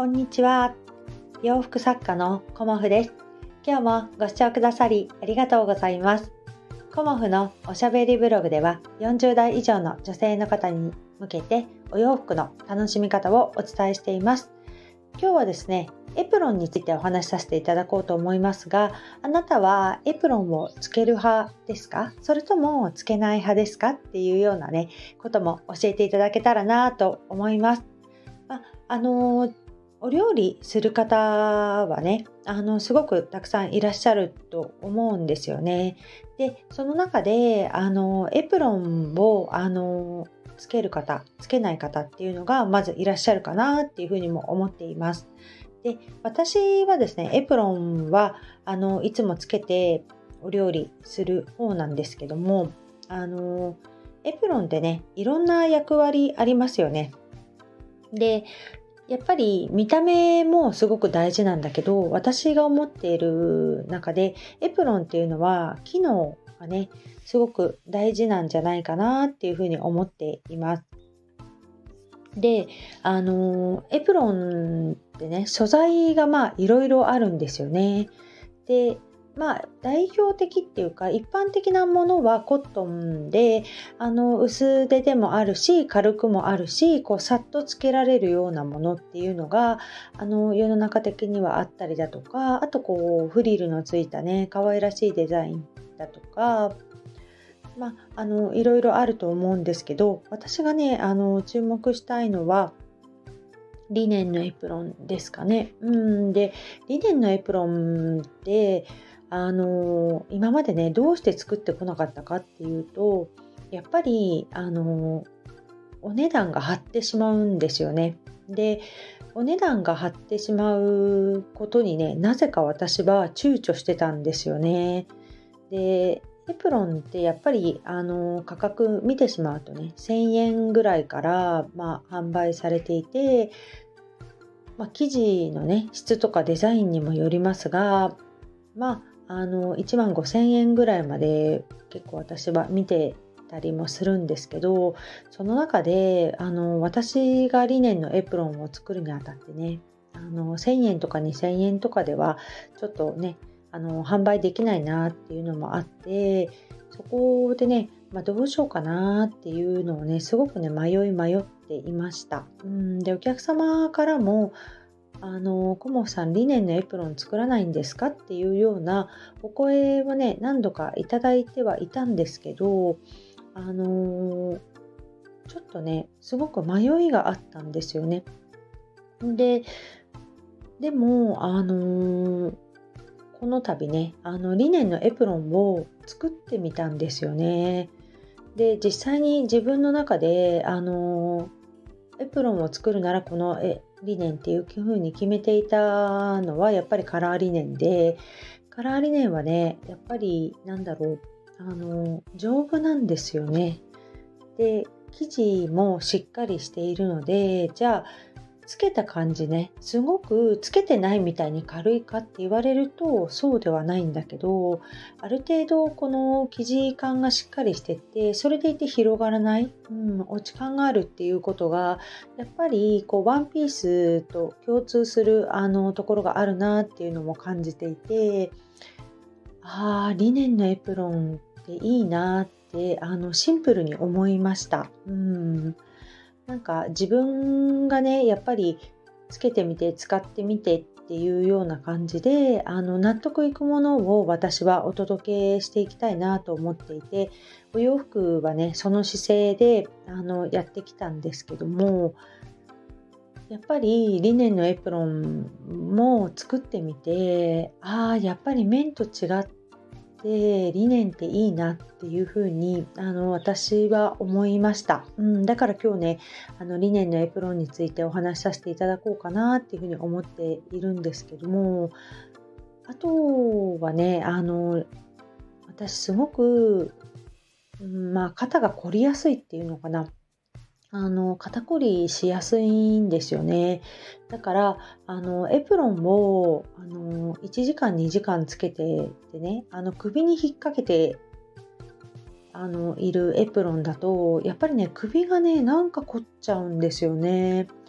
こんにちは。洋服作家のコモフです。今日もご視聴くださりありがとうございます。コモフのおしゃべりブログでは40代以上の女性の方に向けてお洋服の楽しみ方をお伝えしています。今日はですね、エプロンについてお話しさせていただこうと思いますが、あなたはエプロンをつける派ですか？それともつけない派ですか？っていうようなね、ことも教えていただけたらなと思います。お料理する方はね、すごくたくさんいらっしゃると思うんですよね。で、その中で、エプロンを、つける方、つけない方っていうのがまずいらっしゃるかなっていうふうにも思っています。で、私はですね、エプロンはいつもつけてお料理する方なんですけども、エプロンってね、いろんな役割ありますよね。で、やっぱり見た目もすごく大事なんだけど、私が思っている中でエプロンっていうのは機能がね、すごく大事なんじゃないかなっていうふうに思っています。で、エプロンってね、素材がいろいろあるんですよね。で、代表的っていうか一般的なものはコットンで、薄手でもあるし軽くもあるし、こうさっとつけられるようなものっていうのが世の中的にはあったりだとか、あとこうフリルのついたね可愛らしいデザインだとか、いろいろあると思うんですけど、私がね注目したいのはリネンのエプロンですかね。で、リネンのエプロンって今までね、どうして作ってこなかったかっていうと、やっぱり、お値段が張ってしまうんですよね。で、お値段が張ってしまうことにね、なぜか私は躊躇してたんですよね。で、エプロンってやっぱり、価格見てしまうとね、1000円ぐらいから、販売されていて、生地のね、質とかデザインにもよりますが、1万5千円ぐらいまで結構私は見てたりもするんですけど、その中で私がリネンのエプロンを作るにあたってね、1000円とか2000円とかではちょっとね販売できないなっていうのもあって、そこでね、どうしようかなっていうのをねすごくね迷っていました。で、お客様からもコモフさんリネンのエプロン作らないんですかっていうようなお声はね何度かいただいてはいたんですけど、ちょっとねすごく迷いがあったんですよね。でもこの度ねリネンのエプロンを作ってみたんですよね。で、実際に自分の中でエプロンを作るならこのリネンっていう風に決めていたのはやっぱりカラーリネンで、カラーリネンはねやっぱり丈夫なんですよね。で、生地もしっかりしているので、じゃあつけた感じね、すごくつけてないみたいに軽いかって言われるとそうではないんだけど、ある程度この生地感がしっかりしてて、それでいて広がらない、落ち感があるっていうことがやっぱりこうワンピースと共通するところがあるなっていうのも感じていて、リネンのエプロンっていいなってシンプルに思いました。なんか自分がねやっぱりつけてみて使ってみてっていうような感じで納得いくものを私はお届けしていきたいなと思っていて、お洋服はねその姿勢でやってきたんですけども、やっぱりリネンのエプロンも作ってみて、やっぱり綿と違ってリネンっていいなっていうふうに私は思いました。だから今日ねリネンのエプロンについてお話しさせていただこうかなっていうふうに思っているんですけども、あとはね私すごく、肩が凝りやすいっていうのかな、肩こりしやすいんですよね。だから、エプロンを、1時間、2時間つけててね、首に引っ掛けて、いるエプロンだと、やっぱりね、首がね、なんか凝っちゃうんですよね。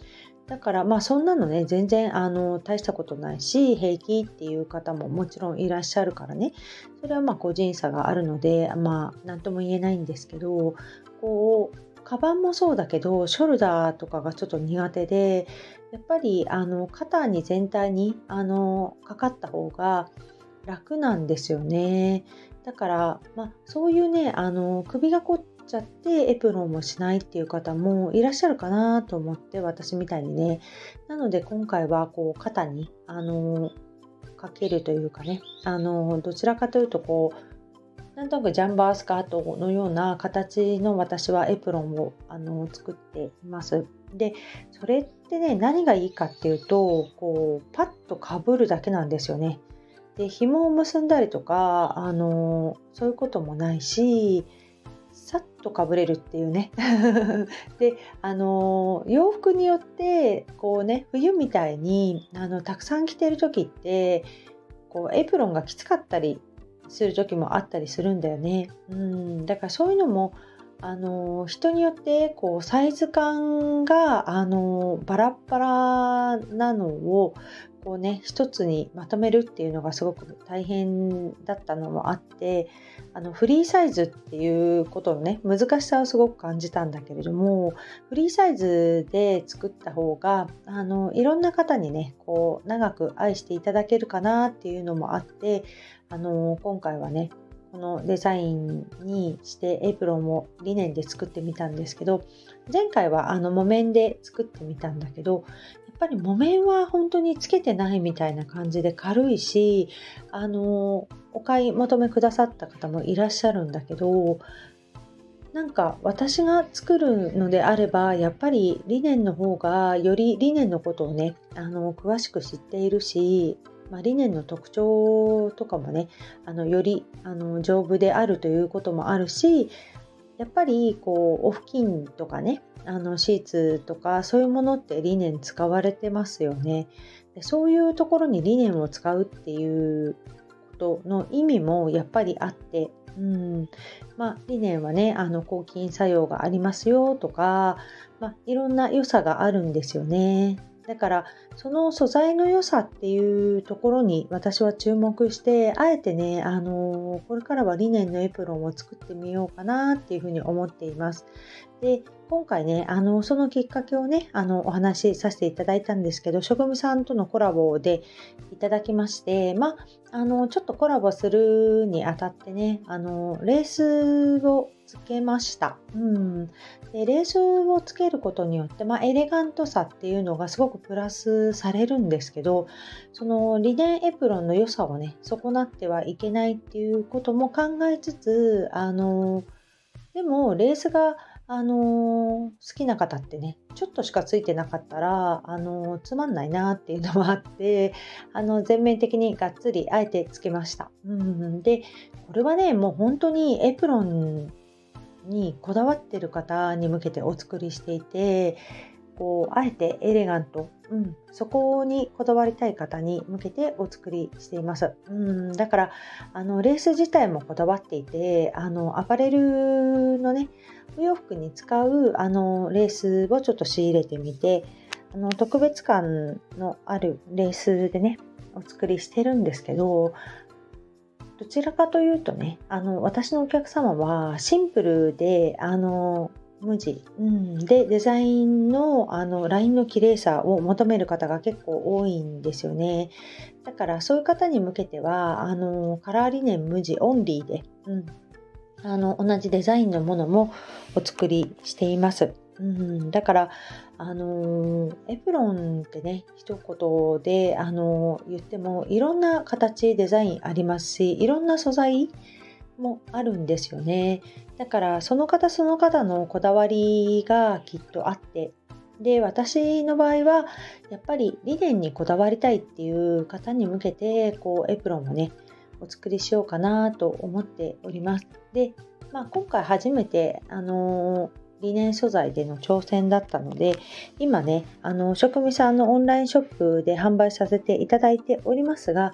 だからそんなのね全然大したことないし平気っていう方ももちろんいらっしゃるからね、それは個人差があるので何とも言えないんですけど、カバンもそうだけどショルダーとかがちょっと苦手で、やっぱり肩に全体にかかった方が楽なんですよね。だから、そういうね首が凝っちゃってエプロンもしないっていう方もいらっしゃるかなと思って、私みたいにね。なので今回は肩にかけるというかね、どちらかというとなんとなくジャンバースカートのような形の私はエプロンを作っています。でそれってね何がいいかっていうとパッとかぶるだけなんですよね。で紐を結んだりとかそういうこともないし、さっとかぶれるっていうねで洋服によって冬みたいにたくさん着てる時ってエプロンがきつかったりする時もあったりするんだよね。だからそういうのも人によってサイズ感がバラッバラなのを一つにまとめるっていうのがすごく大変だったのもあって、フリーサイズっていうことのね難しさをすごく感じたんだけれども、フリーサイズで作った方がいろんな方にね長く愛していただけるかなっていうのもあって、今回はねこのデザインにしてエプロンをリネンで作ってみたんですけど、前回は木綿で作ってみたんだけど、やっぱり木綿は本当につけてないみたいな感じで軽いし、お買い求めくださった方もいらっしゃるんだけど、なんか私が作るのであればやっぱりリネンの方がよりリネンのことをね詳しく知っているし、リネンの特徴とかもねより丈夫であるということもあるし、やっぱりお布巾とかねシーツとかそういうものってリネン使われてますよね。でそういうところにリネンを使うっていうことの意味もやっぱりあって、リネンはね抗菌作用がありますよとか、いろんな良さがあるんですよね。だからその素材の良さっていうところに私は注目して、あえてねこれからはリネンのエプロンを作ってみようかなっていうふうに思っています。で今回ねそのきっかけをねお話しさせていただいたんですけど、職務さんとのコラボでいただきまして、ちょっとコラボするにあたってねレースをつけました。でレースをつけることによって、エレガントさっていうのがすごくプラスされるんですけど、そのリネンエプロンの良さをね損なってはいけないっていうことも考えつつ、でもレースが好きな方ってねちょっとしかついてなかったらつまんないなっていうのもあって、全面的にがっつりあえてつけました。でこれはねもう本当にエプロンにこだわってる方に向けてお作りしていて、あえてエレガント、そこにこだわりたい方に向けてお作りしています。だからレース自体もこだわっていて、アパレルのねお洋服に使うレースをちょっと仕入れてみて、特別感のあるレースでねお作りしてるんですけど、どちらかというとね私のお客様はシンプルで無地、でデザインのラインの綺麗さを求める方が結構多いんですよね。だからそういう方に向けてはカラーリネン無地オンリーで、同じデザインのものもお作りしています。だからエプロンってね一言で言ってもいろんな形デザインありますし、いろんな素材もあるんですよね。だからその方その方のこだわりがきっとあって、で私の場合はやっぱりリネンにこだわりたいっていう方に向けてエプロンをねお作りしようかなと思っております。で、今回初めてリネン素材での挑戦だったので、今ね職味さんのオンラインショップで販売させていただいておりますが、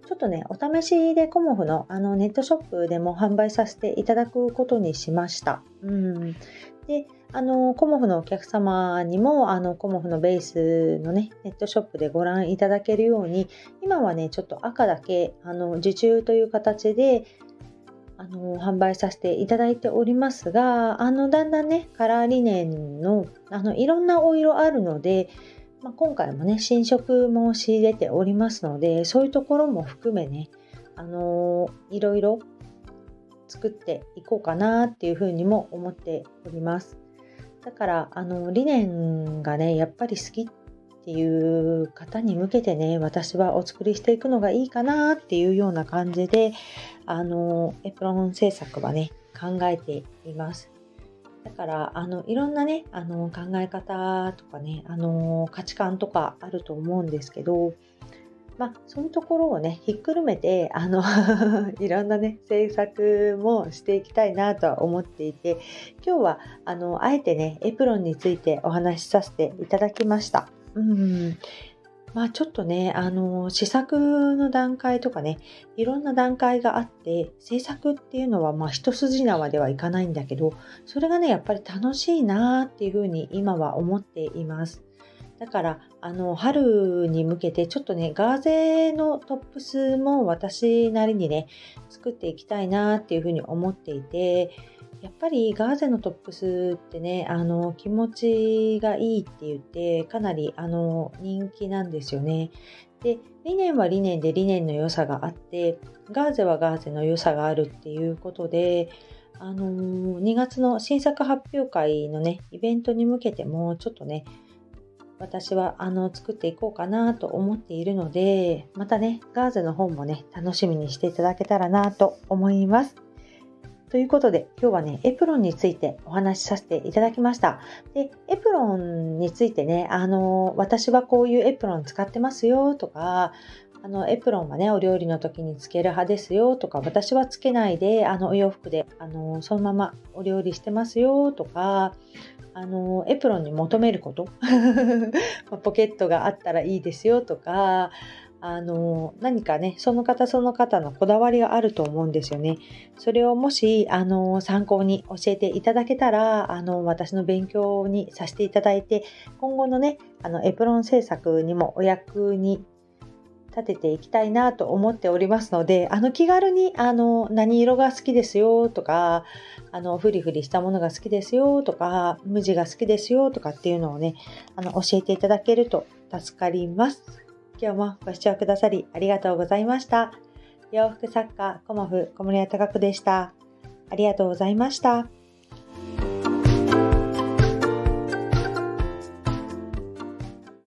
ちょっとね、お試しでコモフのネットショップでも販売させていただくことにしました。で、コモフのお客様にも、コモフのベースのね、ネットショップでご覧いただけるように、今はね、ちょっと赤だけ、受注という形で、販売させていただいておりますが、だんだんね、カラーリネンの、いろんなお色あるので、今回もね、新色も仕入れておりますので、そういうところも含めね、いろいろ作っていこうかなっていうふうにも思っております。だからリネンがねやっぱり好きっていう方に向けてね、私はお作りしていくのがいいかなっていうような感じでエプロン制作はね考えています。だからいろんなね考え方とかね価値観とかあると思うんですけど、そういうところをねひっくるめていろんなね制作もしていきたいなとは思っていて、今日はあえてねエプロンについてお話しさせていただきました。ちょっとね試作の段階とかねいろんな段階があって、制作っていうのは一筋縄ではいかないんだけど、それがねやっぱり楽しいなっていうふうに今は思っています。だから春に向けてちょっとねガーゼのトップスも私なりにね作っていきたいなっていうふうに思っていて、やっぱりガーゼのトップスってね気持ちがいいって言ってかなり人気なんですよね。でリネンはリネンでリネンの良さがあって、ガーゼはガーゼの良さがあるっていうことで、2月の新作発表会のねイベントに向けてもちょっとね私は作っていこうかなと思っているので、またねガーゼの方もね楽しみにしていただけたらなと思います。ということで今日はねエプロンについてお話しさせていただきました。でエプロンについてね私はこういうエプロン使ってますよとか、エプロンはねお料理の時につける派ですよとか、私はつけないでお洋服でそのままお料理してますよとか、エプロンに求めることポケットがあったらいいですよとか、何かねその方その方のこだわりがあると思うんですよね。それをもし参考に教えていただけたら私の勉強にさせていただいて、今後のねエプロン制作にもお役に立てていきたいなと思っておりますので、気軽に何色が好きですよとか、フリフリしたものが好きですよとか、無地が好きですよとかっていうのをね教えていただけると助かります。今日もご視聴くださりありがとうございました。洋服作家コモフ小森屋隆子でした。ありがとうございました。